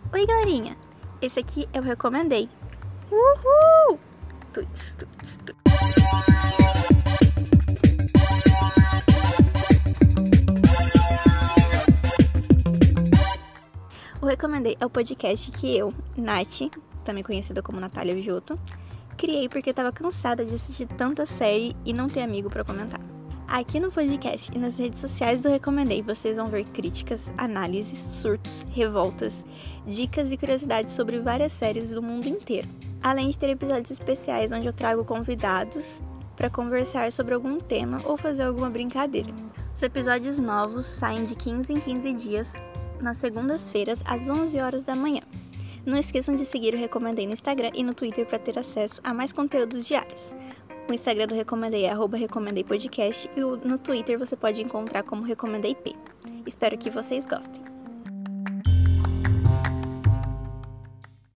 Oi, galerinha! Esse aqui eu recomendei. Uhul! Tuts, tuts, tuts. O Recomendei é o podcast que eu, Nath, também conhecida como Natália Viotto, criei porque estava cansada de assistir tanta série e não ter amigo para comentar. Aqui no podcast e nas redes sociais do Recomendei vocês vão ver críticas, análises, surtos, revoltas, dicas e curiosidades sobre várias séries do mundo inteiro. Além de ter episódios especiais onde eu trago convidados para conversar sobre algum tema ou fazer alguma brincadeira. Os episódios novos saem de 15 em 15 dias, nas segundas-feiras, às 11 horas da manhã. Não esqueçam de seguir o Recomendei no Instagram e no Twitter para ter acesso a mais conteúdos diários. O Instagram do Recomendei é @RecomendeiPodcast e no Twitter você pode encontrar como RecomendeiP. Espero que vocês gostem.